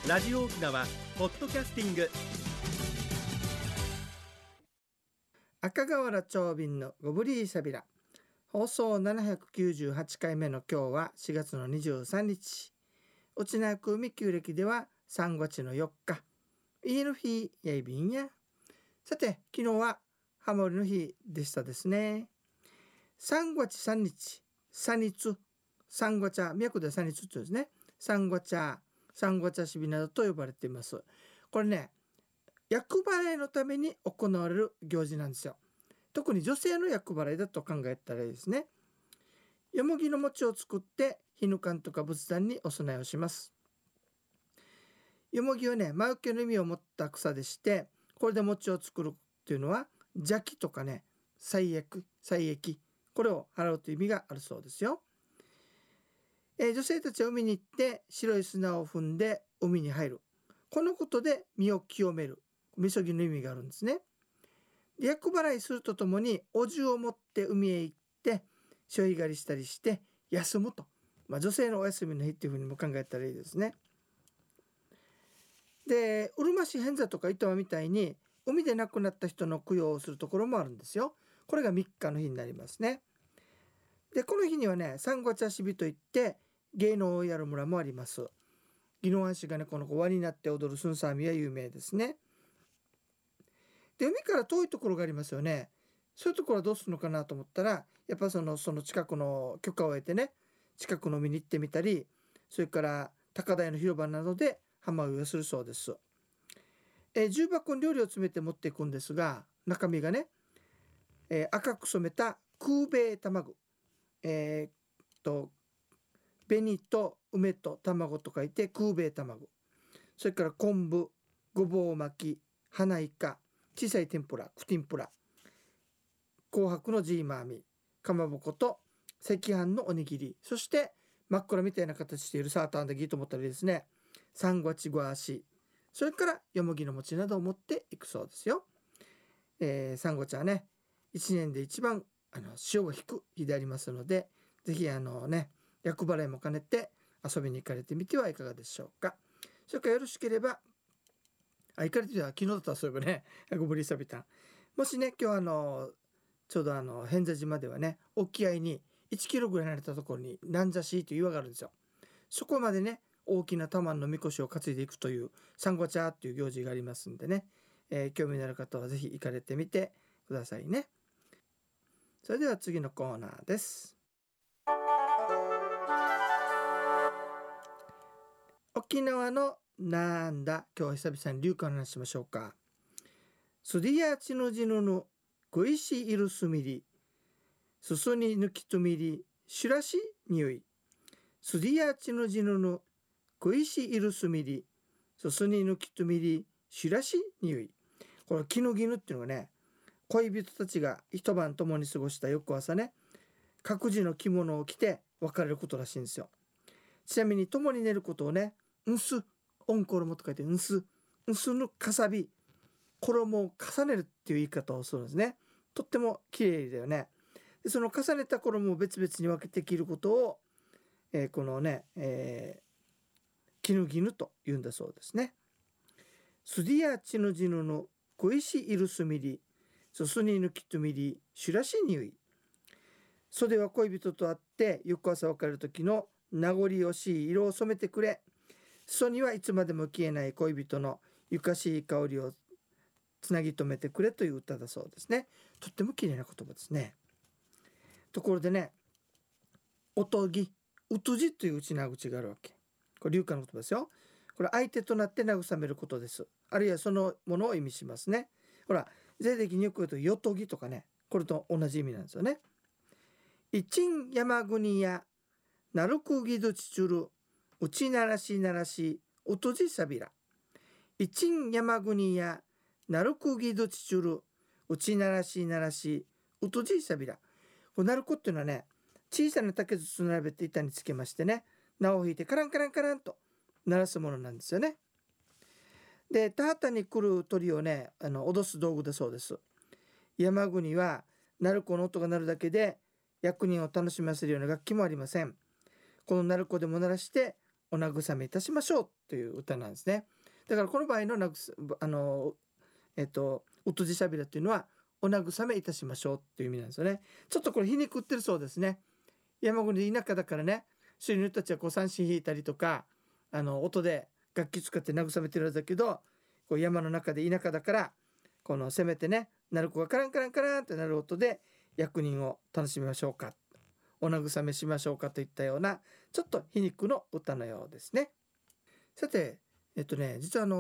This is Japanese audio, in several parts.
ラジオ沖縄ポッドキャスティング。 赤瓦長瓶のゴブリーサビラ、放送798回目の今日は4月の23日、うちなくみ旧暦では3月の4日、いいの日やいびんや。さて、昨日はハモリの日でしたですね。3月3日、三日、三月茶、都で三日とですね、三月茶、三月茶しびなどと呼ばれています。これね、厄払いのために行われる行事なんですよ。特に女性の厄払いだと考えたらいいですね。よもぎの餅を作ってひぬかんとか仏壇にお供えをします。よもぎをね、魔除けの意味を持った草でして、これで餅を作るっていうのは邪気とかね、災疫、これを払うという意味があるそうですよ。女性たちは海に行って白い砂を踏んで海に入る。このことで身を清める、みそぎの意味があるんですね。で、厄払いするとともにお重を持って海へ行って潮干狩りしたりして休むと、女性のお休みの日っていうふうにも考えたらいいですね。で、うるま市偏座とか糸満みたいに海で亡くなった人の供養をするところもあるんですよ。これが3日の日になりますね。で、この日にはね、三月茶しびといって芸能をやる村もあります。宜野湾市がね、この輪になって踊るスンサーミは有名ですね。で、海から遠いところがありますよね。そういうところはどうするのかなと思ったら、やっぱその近くの許可を得てね、近くの海に行ってみたり、それから高台の広場などで浜植えをするそうです。重箱に料理を詰めて持っていくんですが、中身がね、赤く染めた空米卵、紅と梅と卵と書いて空米卵、それから昆布、ごぼう巻き、花イカ、小さい天ぷら、クティンプラ、紅白のジーマーミ、かまぼこと赤飯のおにぎり、そして真っ暗みたいな形しているサーターアンダギーと思ったらいいですね、サンゴチゴアシ、それからよもぎの餅などを持っていくそうですよ。サンゴチはね、1年で一番潮が引く日でありますので、ぜひ厄払いも兼ねて遊びに行かれてみてはいかがでしょうか。それからよろしければ、行かれては昨日だったらそういえばね、ごぶりさびたん、もしね、今日ちょうど偏座島ではね、沖合に1キロぐらい離れたところに南座市という岩があるんですよ。そこまでね、大きな玉のみこしを担いでいくというサンゴチャーっていう行事がありますんでね、興味のある方はぜひ行かれてみてくださいね。それでは次のコーナーです。沖縄のなんだ、今日は久々に流行の話しましょうか。スディアチノジノのゴイシイルスミリ、すすに抜きとみり、シュラシにおい。スディアチノジノのゴイシイルスミリ、すすに抜きとみり、シュラシにおい。これキヌギヌっていうのがね、恋人たちが一晩共に過ごした翌朝ね、各自の着物を着て別れることらしいんですよ。ちなみに共に寝ることをね、んす、オンコロモと書いてんすのかさび、衣を重ねるっていう言い方をするんですね。とっても綺麗だよね。で、その重ねた衣を別々に分けて着ることを、このね、キヌギヌと言うんだそうですね。スディアチヌジヌの小石イルスミリ、ソスニヌキトミリ、シュラシニュイ。袖は恋人と会って翌朝別れる時の名残惜しい色を染めてくれ。裾にはいつまでも消えない恋人のゆかしい香りをつなぎ止めてくれという歌だそうですね。とっても綺麗な言葉ですね。ところでね、おとぎ、うとじという内な口があるわけ。これ流化の言葉ですよ。これ相手となって慰めることです。あるいはそのものを意味しますね。ほら、税的によく言うとよとぎとかね、これと同じ意味なんですよね。いちん山国やなるくぎどちちゅるうちならしならしうとじさびら。いちん山国やなるくぎどちちゅるうちならしならしうとじさびら。これなるこっていうのはね、小さな竹筒並べて板につけましてね、縄を引いてカランカランカランと鳴らすものなんですよね。で、田畑に来る鳥をね、脅す道具だそうです。山国は鳴子の音が鳴るだけで役人を楽しませるような楽器もありません。この鳴子でも鳴らしてお慰めいたしましょうという歌なんですね。だからこの場合のうとじしゃべりというのはお慰めいたしましょうっていう意味なんですよね。ちょっとこれ皮肉ってるそうですね。山国で田舎だからね、周囲の人たちはこう三振弾いたりとか音で楽器使って慰めてるんだけど、こう山の中で田舎だからこのせめてね、鳴子がカランカランカランってなる音で役人を楽しみましょうか、お慰めしましょうかといったようなちょっと皮肉の歌のようですね。さて実は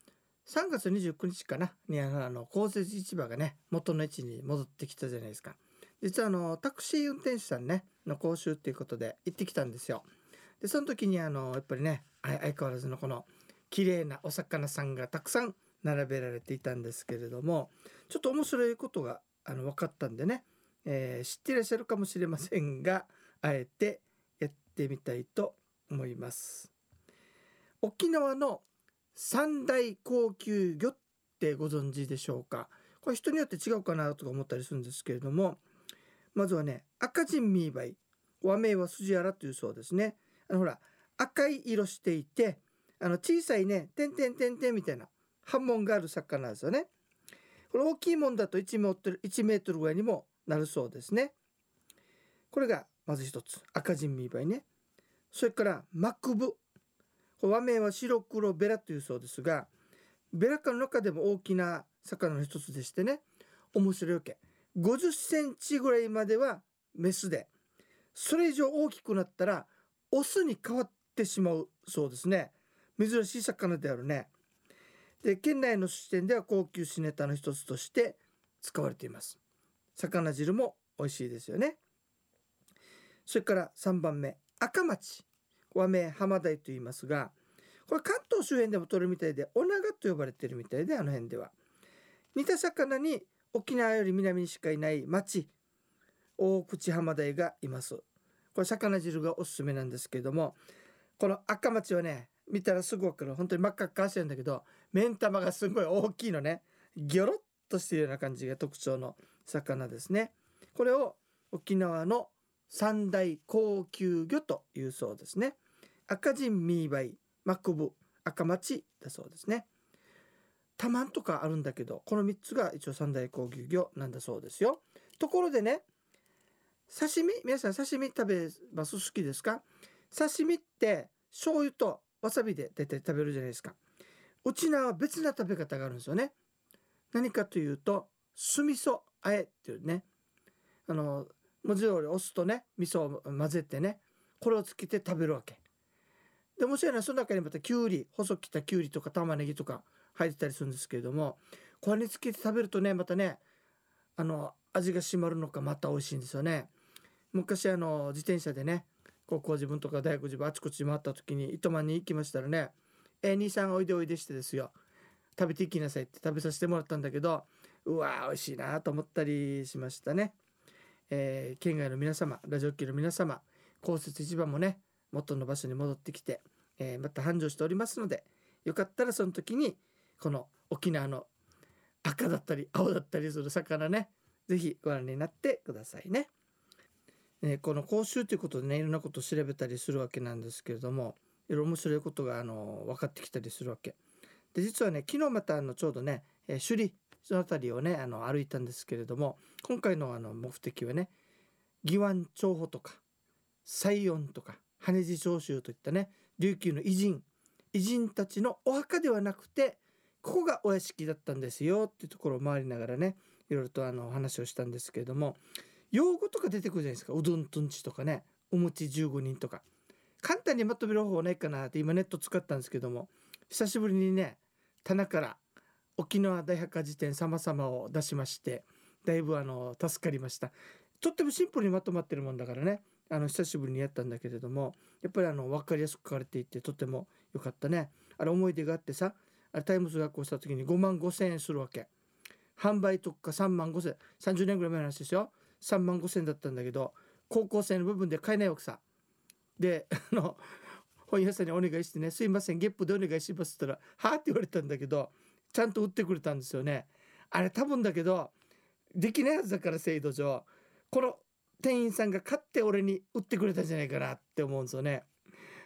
3月29日かなに公設市場がね元の位置に戻ってきたじゃないですか。実はタクシー運転手さんねの講習っていうことで行ってきたんですよ。でその時にやっぱりね相変わらずのこの綺麗なお魚さんがたくさん並べられていたんですけれども、ちょっと面白いことが分かったんでね、知っていらっしゃるかもしれませんが、あえてやってみたいと思います。沖縄の三大高級魚ってご存知でしょうか。これ人によって違うかなとか思ったりするんですけれども、まずはね赤人ミーバイ、和名はスジアラというそうですね。ほら赤い色していて小さいね点々点々みたいな波紋がある魚ですよね。これ大きいもんだと1メートルぐらいにもなるそうですね。これがまず一つ、赤人ミーバイね。それからマクブ、和名は白黒ベラというそうですが、ベラ科の中でも大きな魚の一つでしてね、面白いわけ。50センチぐらいまではメスで、それ以上大きくなったらオスに変わってしまうそうですね。珍しい魚であるね。で県内の支店では高級シネタの一つとして使われています。魚汁も美味しいですよね。それから3番目、赤町、和名浜鯛と言いますが、これ関東周辺でも取るみたいでオナガと呼ばれているみたいで、辺では似た魚に沖縄より南にしかいない町大口浜鯛がいます。これ魚汁がおすすめなんですけれども、この赤町はね見たらすぐ分かる、本当に真っ赤っかしてるんだけど、目ん玉がすごい大きいのね、ギョロッとしているような感じが特徴の魚ですね。これを沖縄の三大高級魚というそうですね。赤人ミーバイ、マクブ、赤町だそうですね。タマンとかあるんだけど、この3つが一応三大高級魚なんだそうですよ。ところでね、刺身、皆さん刺身食べます好きですか？刺身って醤油とわさびで大体食べるじゃないですか。うちなは別な食べ方があるんですよね。何かというと酢味噌あえっていうね、文字通りお酢とね味噌を混ぜてね、これをつけて食べるわけで、もしその中にまたきゅうり、細く切ったきゅうりとか玉ねぎとか入ってたりするんですけれども、これにつけて食べるとねまたね味が締まるのかまた美味しいんですよね。昔自転車でね高校自分とか大学自分あちこち回った時に糸満に行きましたらね、兄さんおいでおいでしてですよ、食べていきなさいって食べさせてもらったんだけど、うわー美味しいなと思ったりしましたね。県外の皆様、ラジオ機の皆様、公設市場もね元の場所に戻ってきて、また繁盛しておりますので、よかったらその時にこの沖縄の赤だったり青だったりする魚ね、ぜひご覧になってくださいね。この講習ということでねいろんなことを調べたりするわけなんですけれども、いろいろ面白いことが分かってきたりするわけで、実はね昨日またちょうどね、首里その辺りをね歩いたんですけれども、今回の目的はね義湾長保とか西園とか羽地長州といったね琉球の偉人たちのお墓ではなくて、ここがお屋敷だったんですよっていうところを回りながらねいろいろと話をしたんですけれども、用語とか出てくるじゃないですか。うどんとんちとかね、お餅15人とか、簡単にまとめる方法ないかなって今ネット使ったんですけども、久しぶりにね棚から沖縄大百科事典様々を出しまして、だいぶ助かりました。とってもシンプルにまとまってるもんだからね、久しぶりにやったんだけれども、やっぱり分かりやすく書かれていてとても良かったね。思い出があってさ、タイムズ学校した時に55,000円するわけ。販売特価35,000、30年ぐらい前の話ですよ。35,000だったんだけど、高校生の部分で買えないわけさ。で本屋さんにお願いしてね、すいませんゲップでお願いしますって言ったらはあって言われたんだけど、ちゃんと売ってくれたんですよね。あれ多分だけどできないはずだから、制度上この店員さんが買って俺に売ってくれたんじゃないかなって思うんですよね。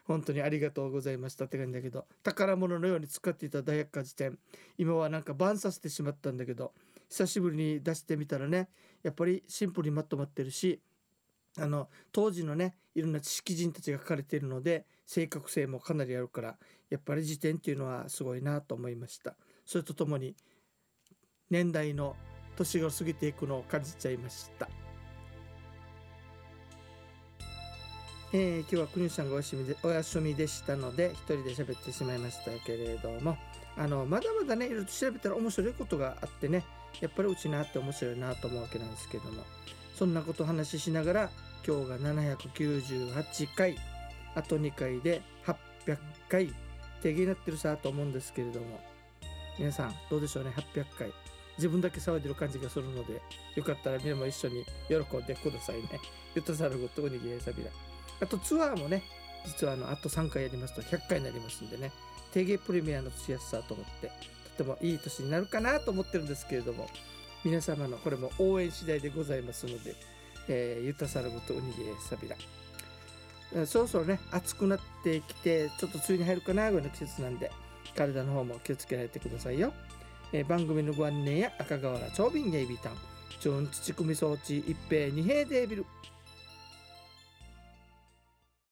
本当にありがとうございましたって感じだけど、宝物のように使っていた大百科事典、今はなんかバンさせてしまったんだけど、久しぶりに出してみたらね、やっぱりシンプルにまとまってるし、当時のねいろんな知識人たちが書かれているので正確性もかなりあるから、やっぱり辞典っていうのはすごいなと思いました。それとともに年代の年が過ぎていくのを感じちゃいました。今日は国さんがお休みでしたので一人で喋ってしまいましたけれども、まだまだねいろいろと調べたら面白いことがあってね、やっぱりうちなって面白いなと思うわけなんですけども、そんなことを話ししながら今日が798回、あと2回で800回手になってるさと思うんですけれども、皆さんどうでしょうね。800回自分だけ騒いでる感じがするので、よかったら皆も一緒に喜んでくださいね。ゆたさるごとおにぎりさびら、あとツアーもね、実はあと3回やりますと100回になりますんでね、定芸プレミアの年やすさと思ってとてもいい年になるかなと思ってるんですけれども、皆様のこれも応援次第でございますので、ゆたさるごとおにぎりさびら、そろそろね暑くなってきてちょっと梅雨に入るかなぐらいの季節なんで、体の方も気をつけられてくださいよ。番組のご案内や赤瓦長瓶ゲイビータンチュン土組み装置一平二平デービル